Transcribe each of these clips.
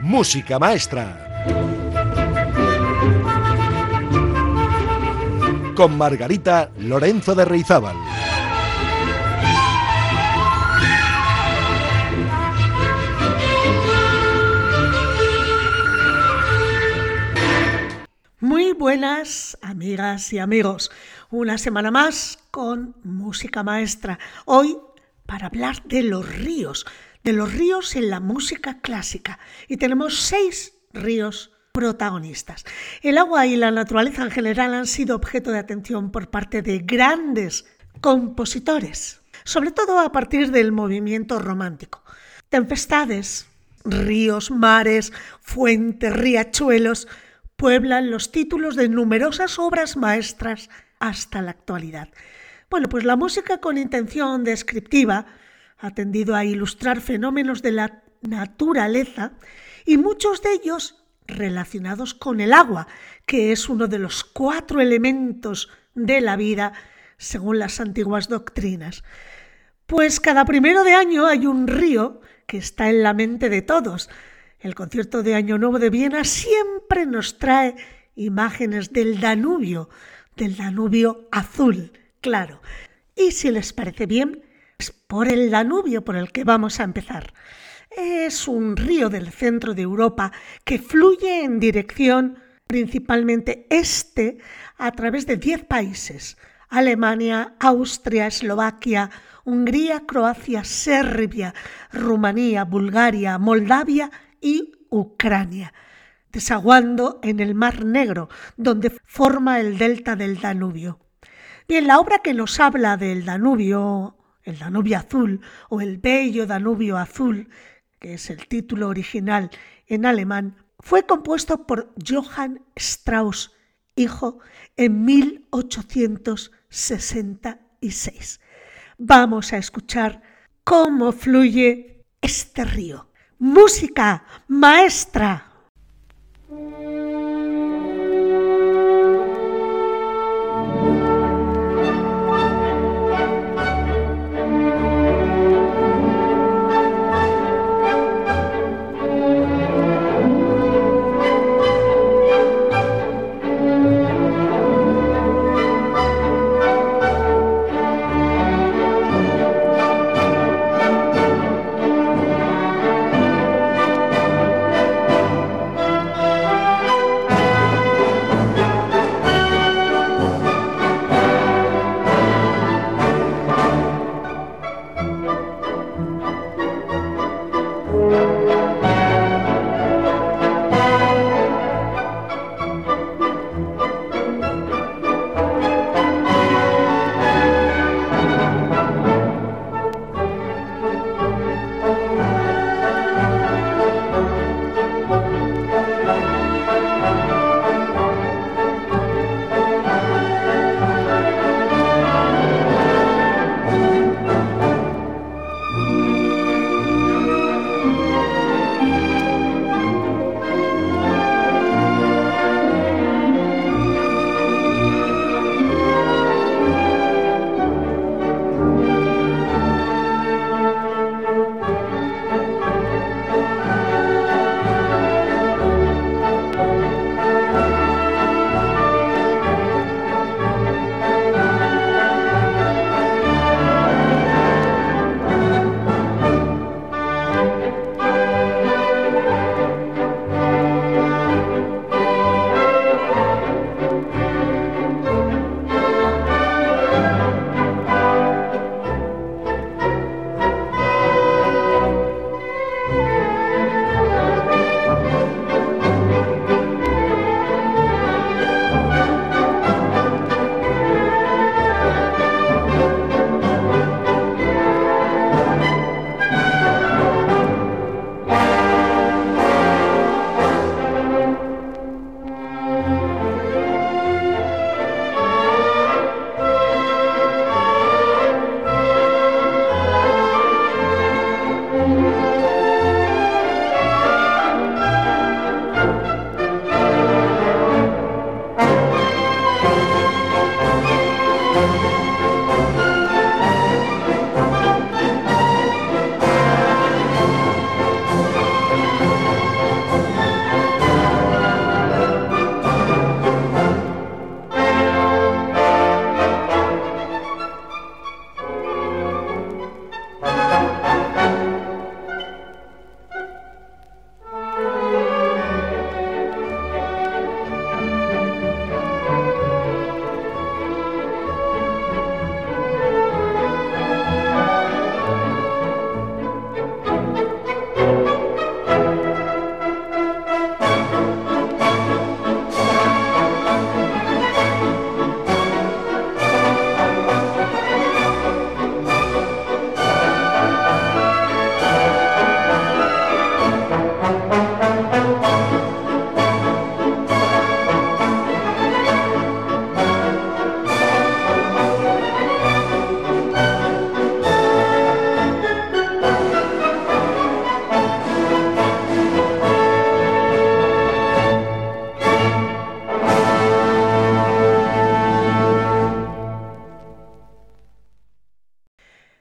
Música Maestra. Con Margarita Lorenzo de Reizábal. Muy buenas amigas y amigos, una semana más con Música Maestra. Hoy para hablar de los ríos en la música clásica. Y tenemos 6 ríos protagonistas. El agua y la naturaleza en general han sido objeto de atención por parte de grandes compositores, sobre todo a partir del movimiento romántico. Tempestades, ríos, mares, fuentes, riachuelos pueblan los títulos de numerosas obras maestras hasta la actualidad. Bueno, pues la música con intención descriptiva ha tendido a ilustrar fenómenos de la naturaleza y muchos de ellos relacionados con el agua, que es uno de los 4 elementos de la vida según las antiguas doctrinas. Pues cada 1 de año hay un río que está en la mente de todos. El concierto de Año Nuevo de Viena siempre nos trae imágenes del Danubio azul, claro. Y si les parece bien, es por el Danubio por el que vamos a empezar. Es un río del centro de Europa que fluye en dirección principalmente este a través de 10 países: Alemania, Austria, Eslovaquia, Hungría, Croacia, Serbia, Rumanía, Bulgaria, Moldavia y Ucrania, desaguando en el Mar Negro, donde forma el delta del Danubio. Bien, la obra que nos habla del Danubio, el Danubio Azul o el Bello Danubio Azul, que es el título original en alemán, fue compuesto por Johann Strauss, hijo, en 1866. Vamos a escuchar cómo fluye este río. Música Maestra.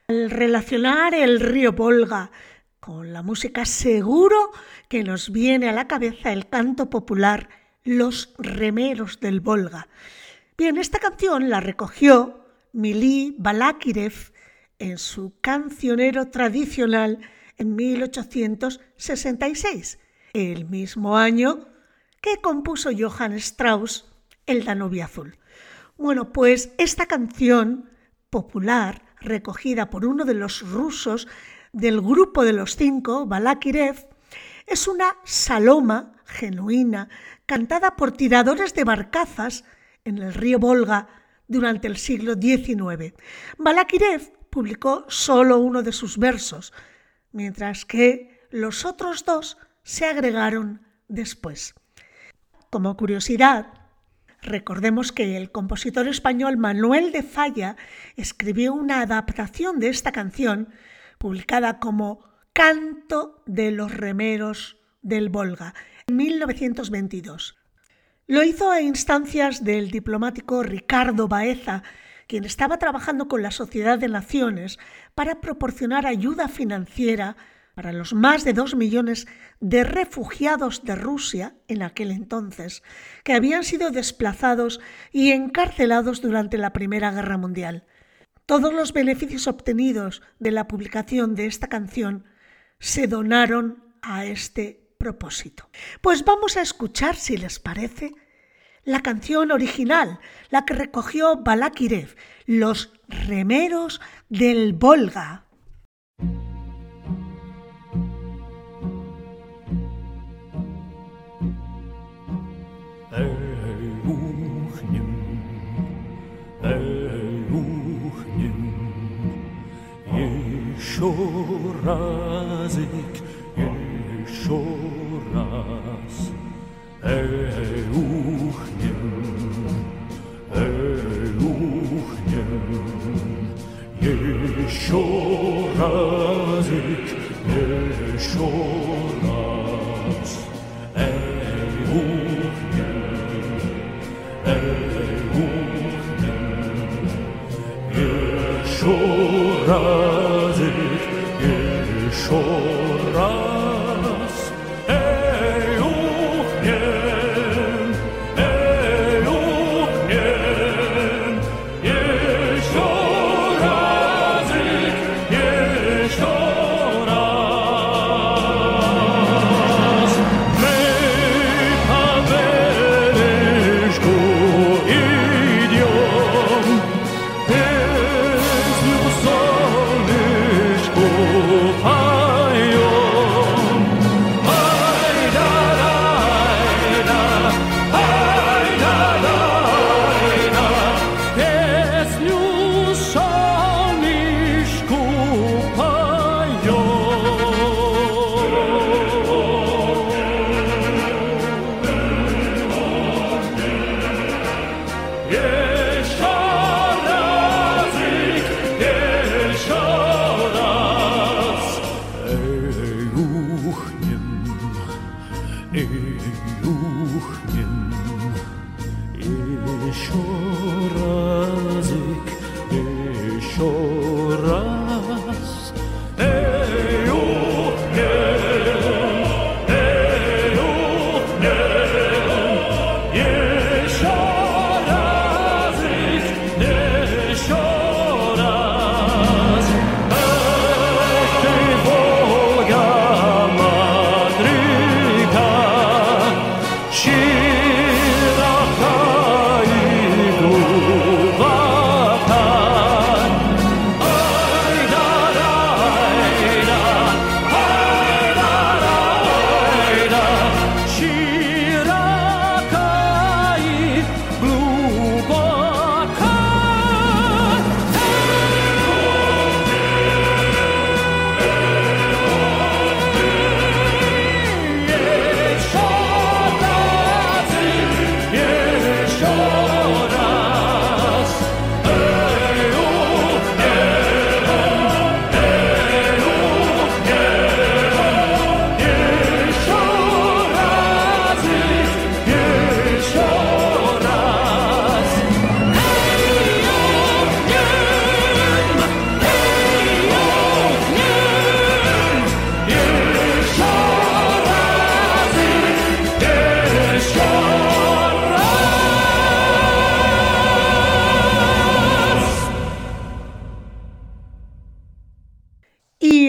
Al relacionar el río Volga con la música, seguro que nos viene a la cabeza el canto popular Los remeros del Volga. Bien, esta canción la recogió Mili Balakirev en su cancionero tradicional en 1866, el mismo año que compuso Johann Strauss el Danubio Azul. Bueno, pues esta canción popular, recogida por uno de los rusos del grupo de los 5, Balakirev, es una saloma genuina cantada por tiradores de barcazas en el río Volga durante el siglo XIX. Balakirev publicó solo uno de sus versos, mientras que los otros 2 se agregaron después. Como curiosidad, recordemos que el compositor español Manuel de Falla escribió una adaptación de esta canción publicada como Canto de los remeros del Volga en 1922. Lo hizo a instancias del diplomático Ricardo Baeza, quien estaba trabajando con la Sociedad de Naciones para proporcionar ayuda financiera para los más de 2 millones de refugiados de Rusia en aquel entonces, que habían sido desplazados y encarcelados durante la Primera Guerra Mundial. Todos los beneficios obtenidos de la publicación de esta canción se donaron a este propósito. Pues vamos a escuchar, si les parece, la canción original, la que recogió Balakirev, Los remeros del Volga. Еще разик, еще раз. Ухнем, еще разик, еще раз. Еще разик, еще раз. Пойдем,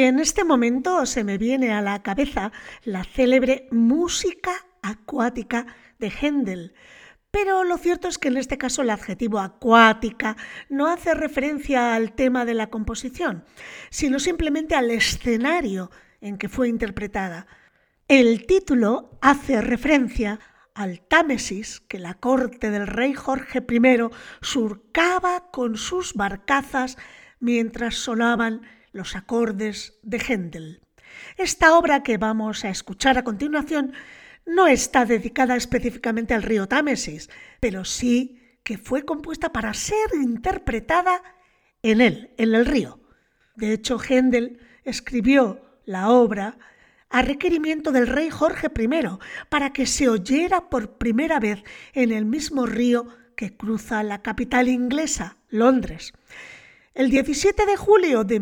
En este momento se me viene a la cabeza la célebre música acuática de Händel, pero lo cierto es que en este caso el adjetivo acuática no hace referencia al tema de la composición, sino simplemente al escenario en que fue interpretada. El título hace referencia al Támesis que la corte del rey Jorge I surcaba con sus barcazas mientras sonaban los acordes de Händel. Esta obra que vamos a escuchar a continuación no está dedicada específicamente al río Támesis, pero sí que fue compuesta para ser interpretada en él, en el río. De hecho, Händel escribió la obra a requerimiento del rey Jorge I para que se oyera por primera vez en el mismo río que cruza la capital inglesa, Londres. El 17 de julio de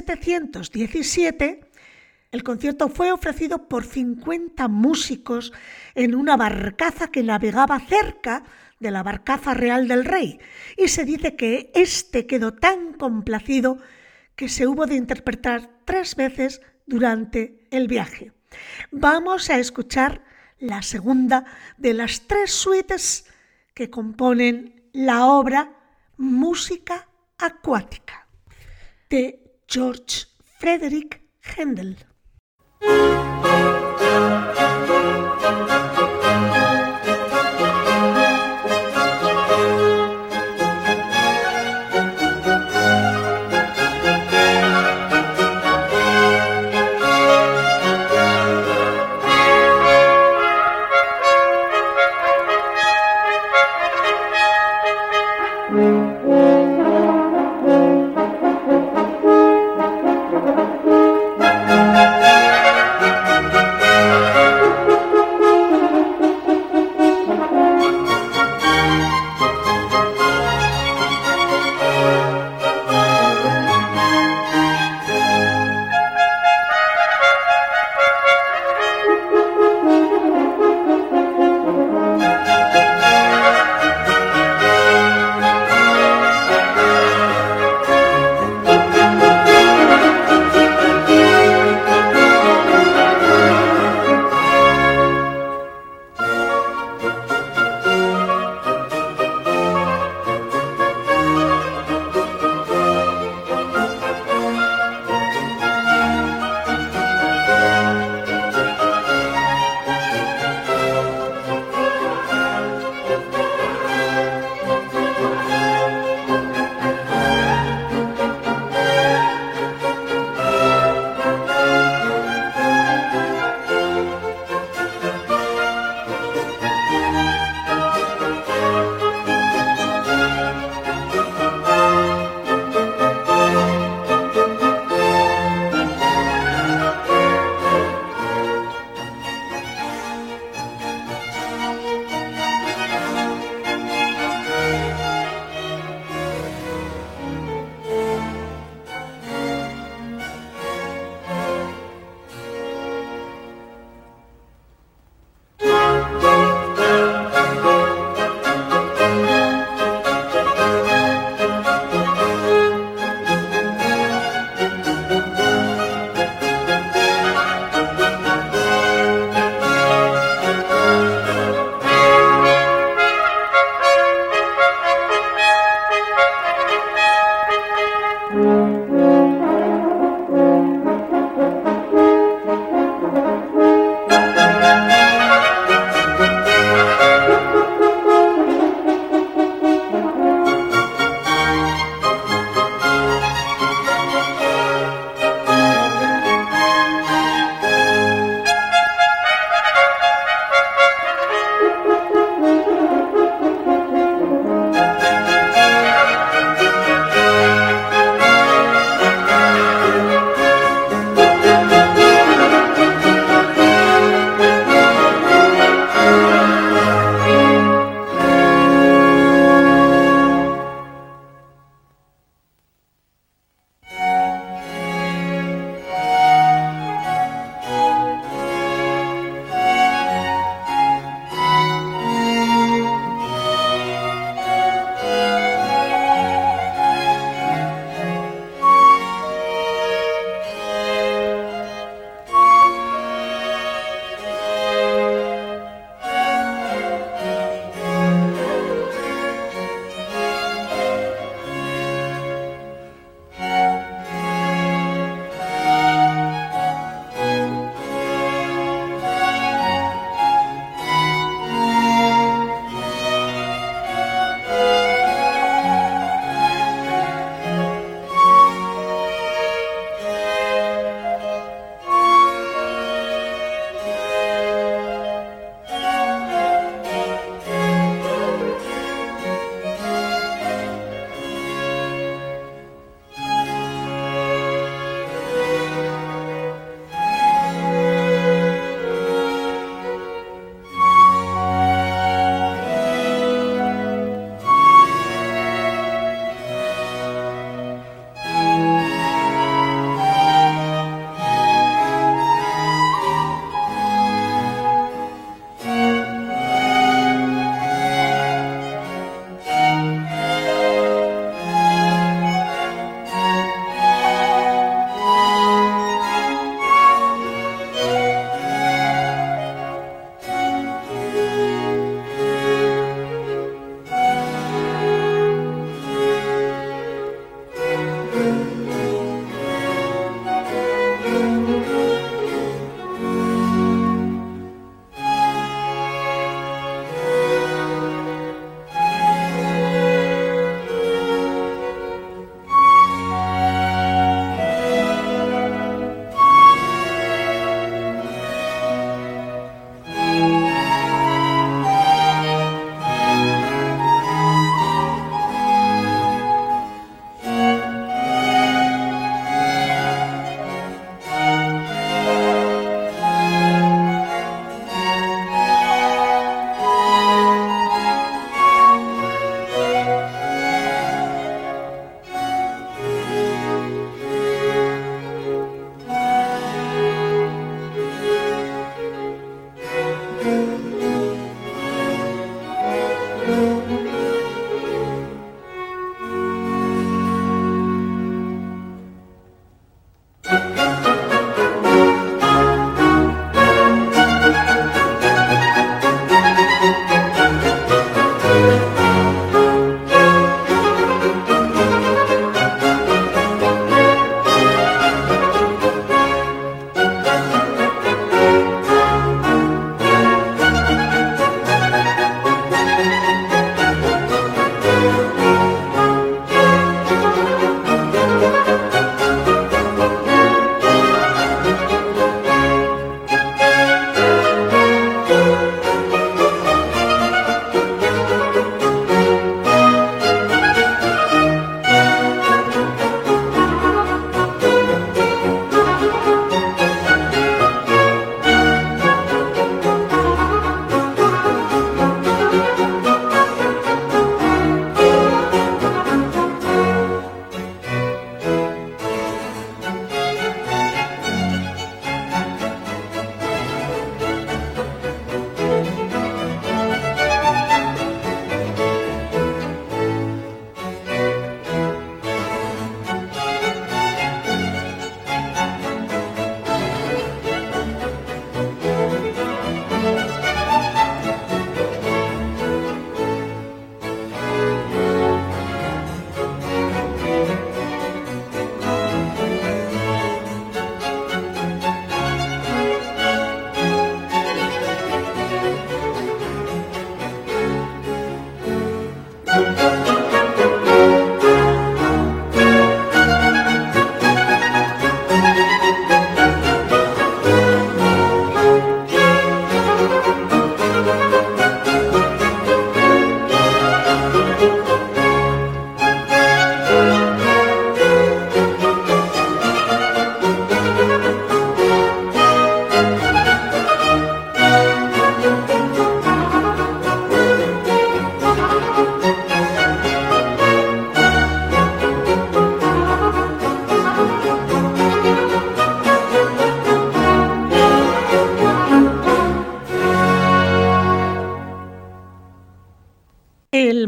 1717, el concierto fue ofrecido por 50 músicos en una barcaza que navegaba cerca de la barcaza real del rey, y se dice que este quedó tan complacido que se hubo de interpretar 3 veces durante el viaje. Vamos a escuchar la segunda de las 3 suites que componen la obra Música acuática de George Frederick Händel.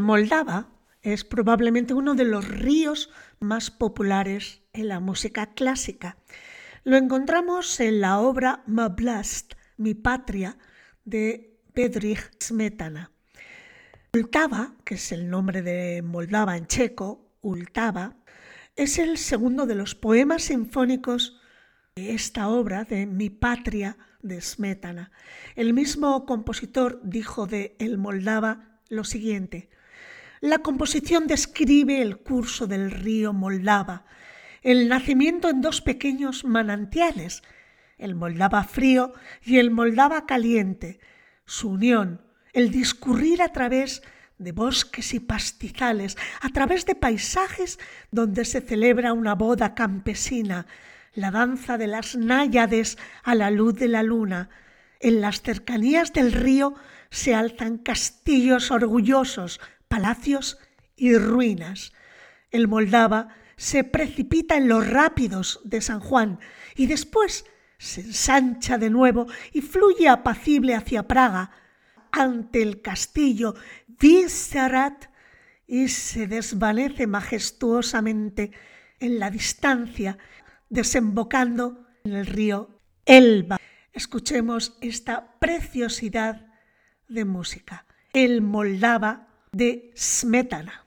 Moldava es probablemente uno de los ríos más populares en la música clásica. Lo encontramos en la obra Má vlast, mi patria, de Bedřich Smetana. Ultava, que es el nombre de Moldava en checo, Ultava, es el segundo de los poemas sinfónicos de esta obra de Mi patria de Smetana. El mismo compositor dijo de El Moldava lo siguiente: la composición describe el curso del río Moldava, el nacimiento en dos pequeños manantiales, el Moldava frío y el Moldava caliente, su unión, el discurrir a través de bosques y pastizales, a través de paisajes donde se celebra una boda campesina, la danza de las náyades a la luz de la luna. En las cercanías del río se alzan castillos orgullosos, palacios y ruinas. El Moldava se precipita en los rápidos de San Juan y después se ensancha de nuevo y fluye apacible hacia Praga, ante el castillo Vyšehrad, y se desvanece majestuosamente en la distancia, desembocando en el río Elba. Escuchemos esta preciosidad de música, El Moldava de Smetana.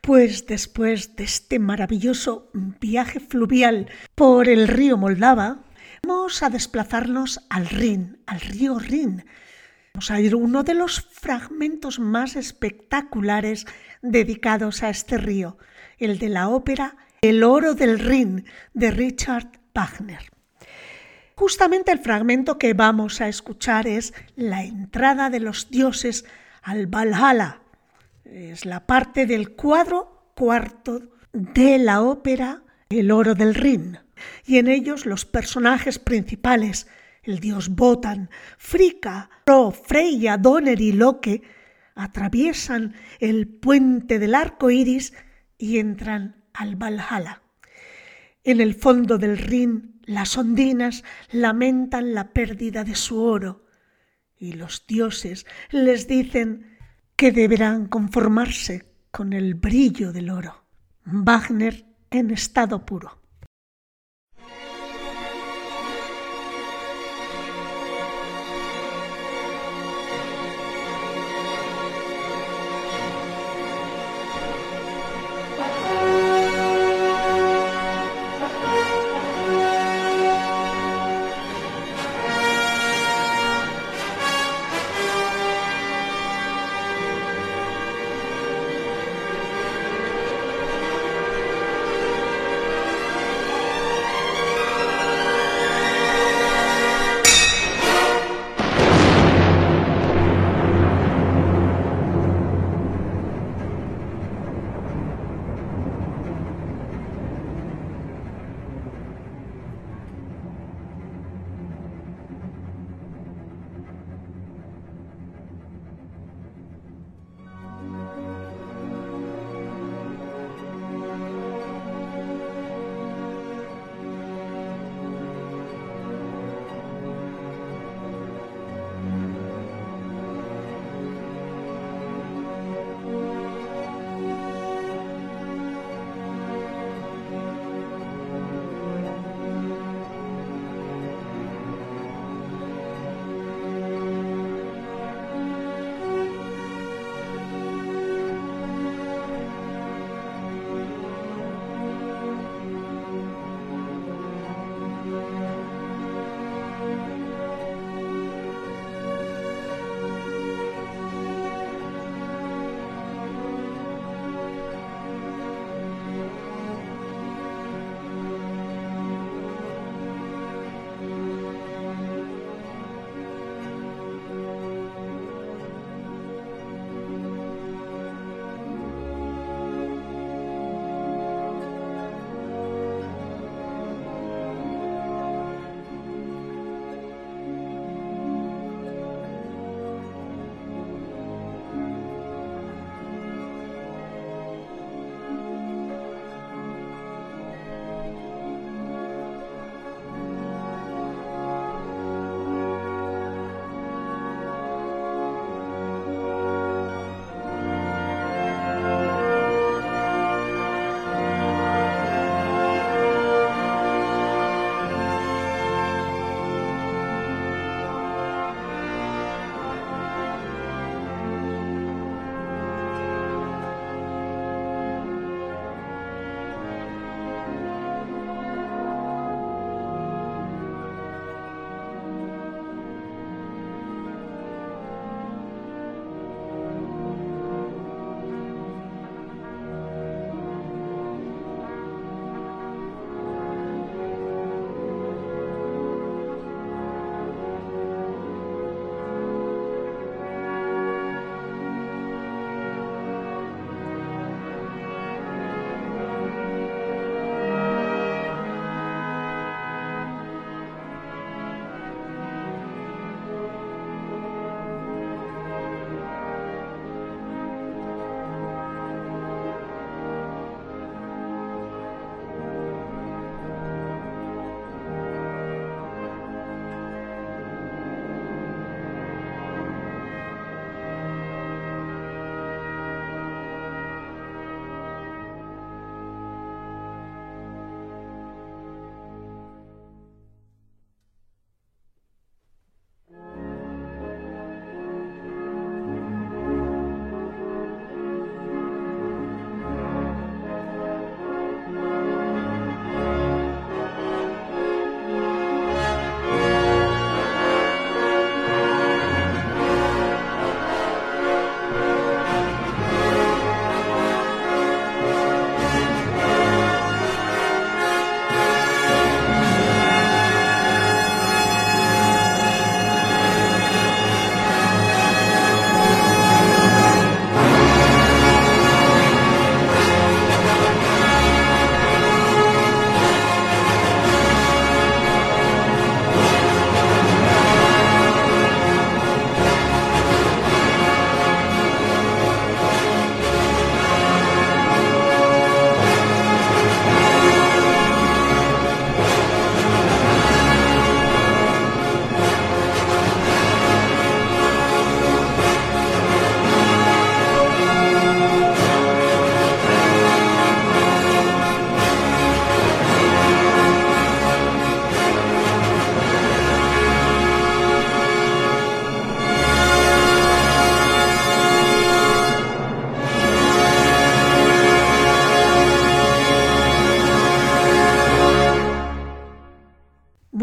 Pues después de este maravilloso viaje fluvial por el río Moldava, vamos a desplazarnos al Rin, al río Rin. Vamos a ir a uno de los fragmentos más espectaculares dedicados a este río, el de la ópera El oro del Rin de Richard Wagner. Justamente el fragmento que vamos a escuchar es la entrada de los dioses al Valhalla. Es la parte del cuadro cuarto de la ópera El oro del Rin. Y en ellos los personajes principales, el dios Wotan, Frigga, Ro, Freya, Donner y Loke, atraviesan el puente del arco iris y entran al Valhalla. En el fondo del Rin, las ondinas lamentan la pérdida de su oro y los dioses les dicen que deberán conformarse con el brillo del oro. Wagner en estado puro.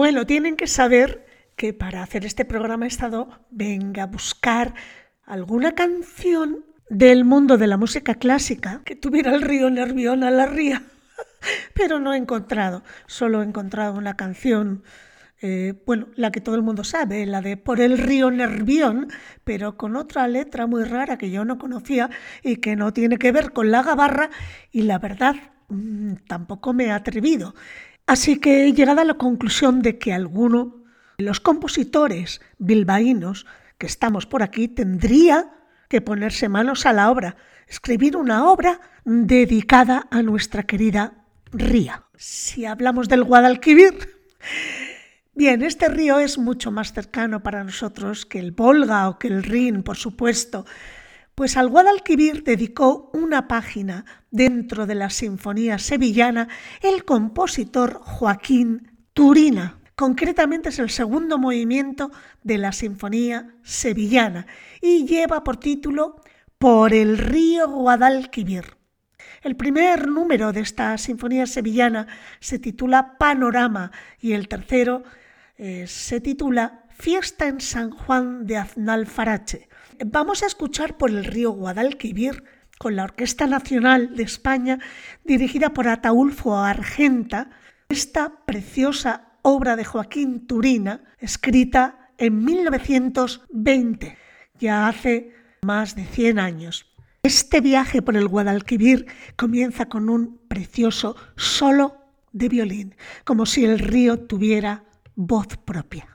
Bueno, tienen que saber que para hacer este programa he estado, a buscar alguna canción del mundo de la música clásica que tuviera el río Nervión a la ría, pero no he encontrado, solo he encontrado una canción, la que todo el mundo sabe, la de Por el río Nervión, pero con otra letra muy rara que yo no conocía y que no tiene que ver con la gabarra, y la verdad tampoco me he atrevido. Así que he llegado a la conclusión de que alguno de los compositores bilbaínos que estamos por aquí tendría que ponerse manos a la obra, escribir una obra dedicada a nuestra querida ría. Si hablamos del Guadalquivir, bien, este río es mucho más cercano para nosotros que el Volga o que el Rin, por supuesto, pues al Guadalquivir dedicó una página dentro de la Sinfonía Sevillana el compositor Joaquín Turina. Concretamente es el segundo movimiento de la Sinfonía Sevillana y lleva por título Por el río Guadalquivir. El primer número de esta Sinfonía Sevillana se titula Panorama y el tercero se titula Fiesta en San Juan de Aznalfarache. Vamos a escuchar Por el río Guadalquivir con la Orquesta Nacional de España dirigida por Ataúlfo Argenta, esta preciosa obra de Joaquín Turina, escrita en 1920, ya hace más de 100 años. Este viaje por el Guadalquivir comienza con un precioso solo de violín, como si el río tuviera voz propia.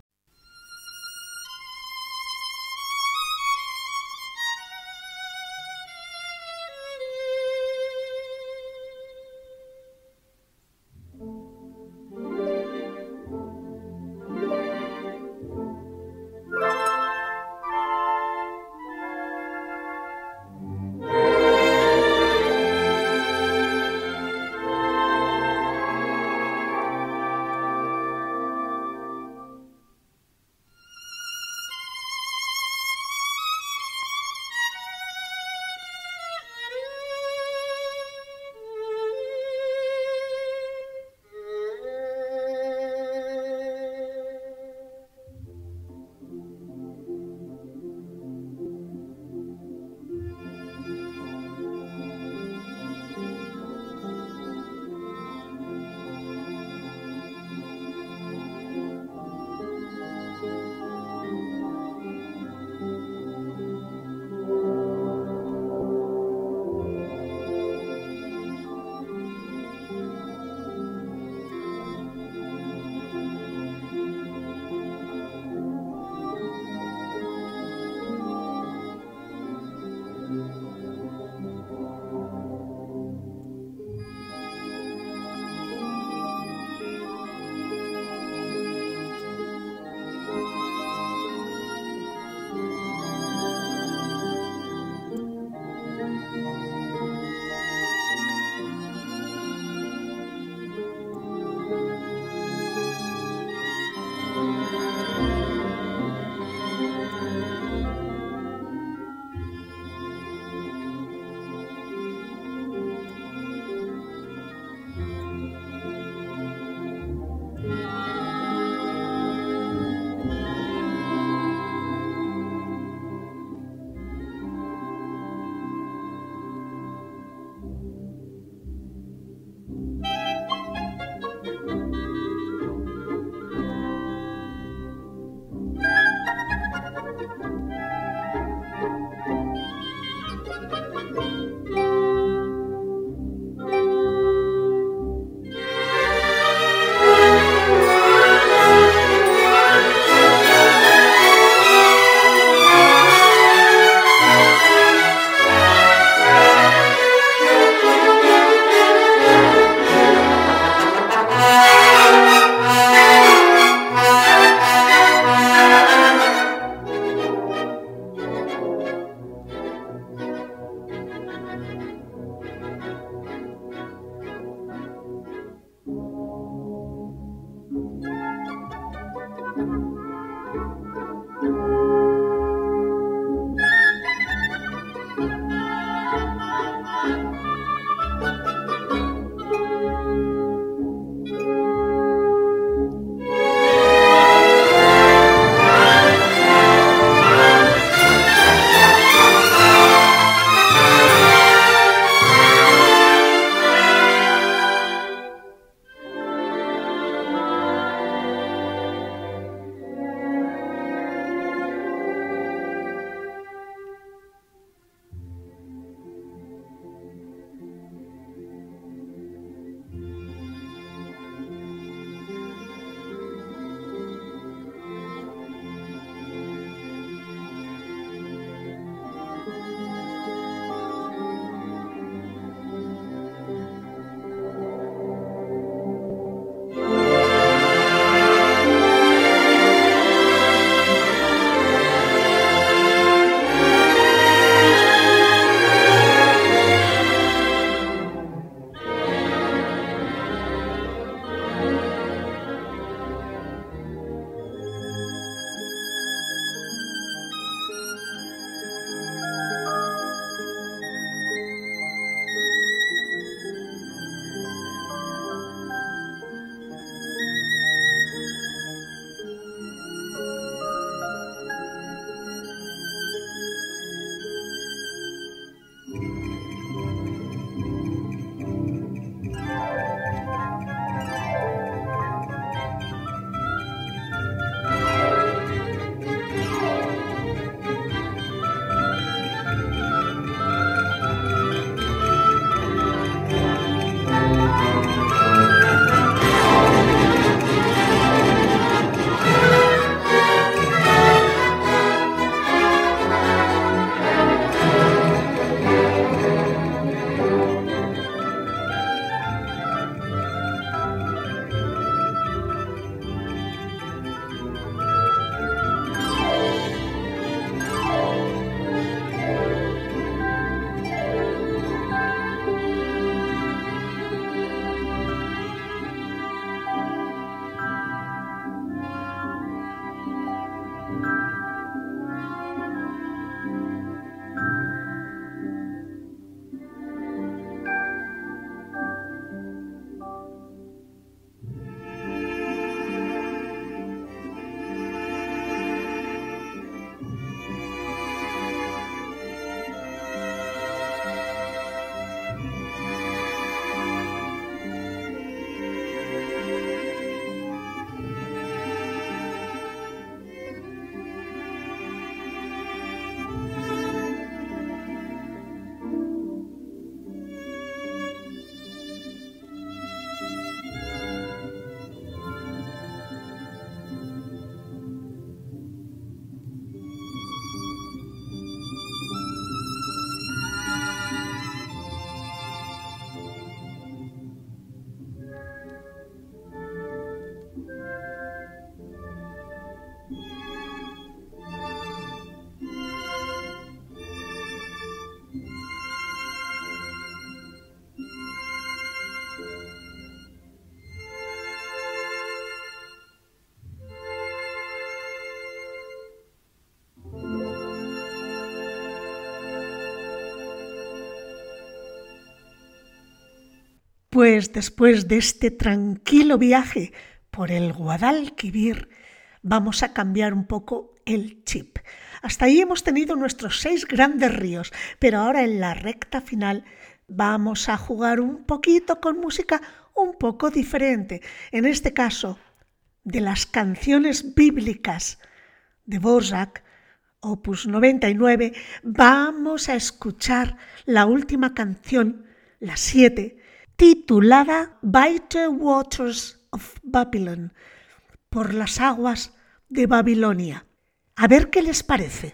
Pues después de este tranquilo viaje por el Guadalquivir, vamos a cambiar un poco el chip. Hasta ahí hemos tenido nuestros 6 grandes ríos, pero ahora en la recta final vamos a jugar un poquito con música un poco diferente. En este caso, de las canciones bíblicas de Dvořák, opus 99, vamos a escuchar la última canción, la 7, titulada By the Waters of Babylon, por las aguas de Babilonia. A ver qué les parece.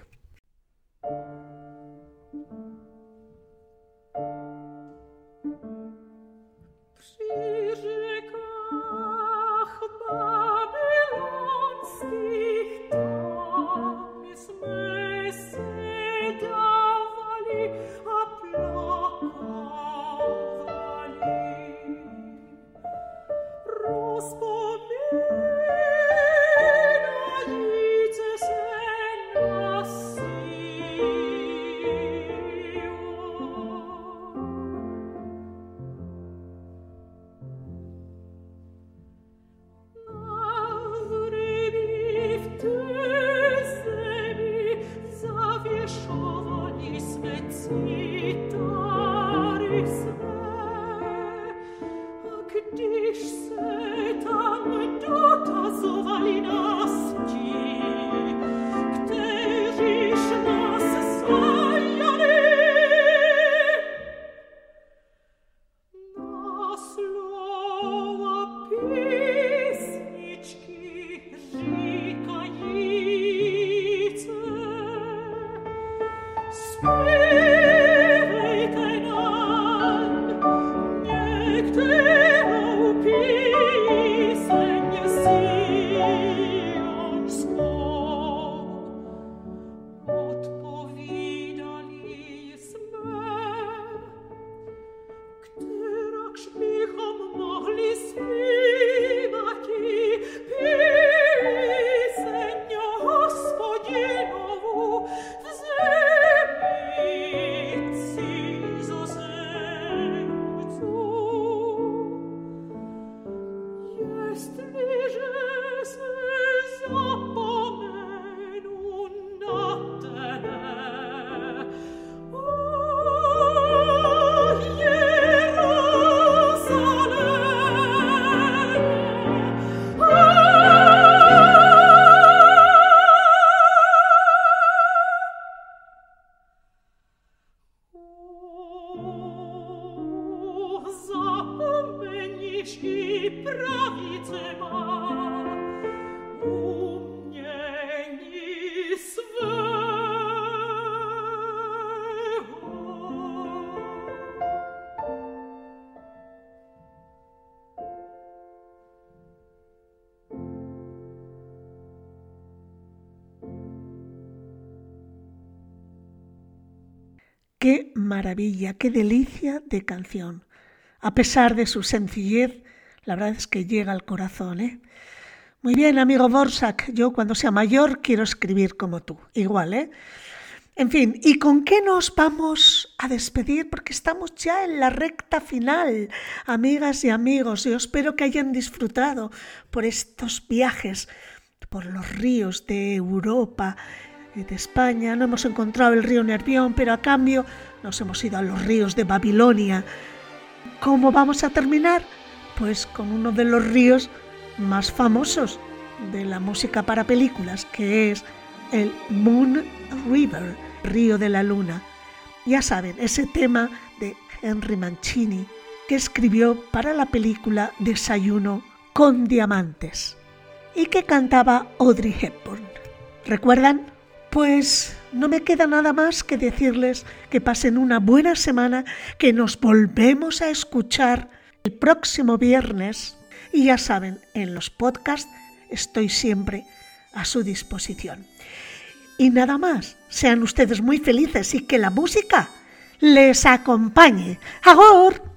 ¡Qué maravilla, qué delicia de canción! A pesar de su sencillez, la verdad es que llega al corazón, ¿eh? Muy bien, amigo Dvořák, yo cuando sea mayor quiero escribir como tú, igual, ¿eh? En fin, ¿y con qué nos vamos a despedir? Porque estamos ya en la recta final, amigas y amigos. Yo espero que hayan disfrutado por estos viajes, por los ríos de Europa, de España. No hemos encontrado el río Nervión, pero a cambio nos hemos ido a los ríos de Babilonia. ¿Cómo vamos a terminar? Pues con uno de los ríos más famosos de la música para películas, que es el Moon River, Río de la Luna. Ya saben, ese tema de Henry Mancini que escribió para la película Desayuno con Diamantes y que cantaba Audrey Hepburn. ¿Recuerdan? Pues no me queda nada más que decirles que pasen una buena semana, que nos volvemos a escuchar el próximo viernes y ya saben, en los podcasts estoy siempre a su disposición. Y nada más, sean ustedes muy felices y que la música les acompañe. ¡Agur!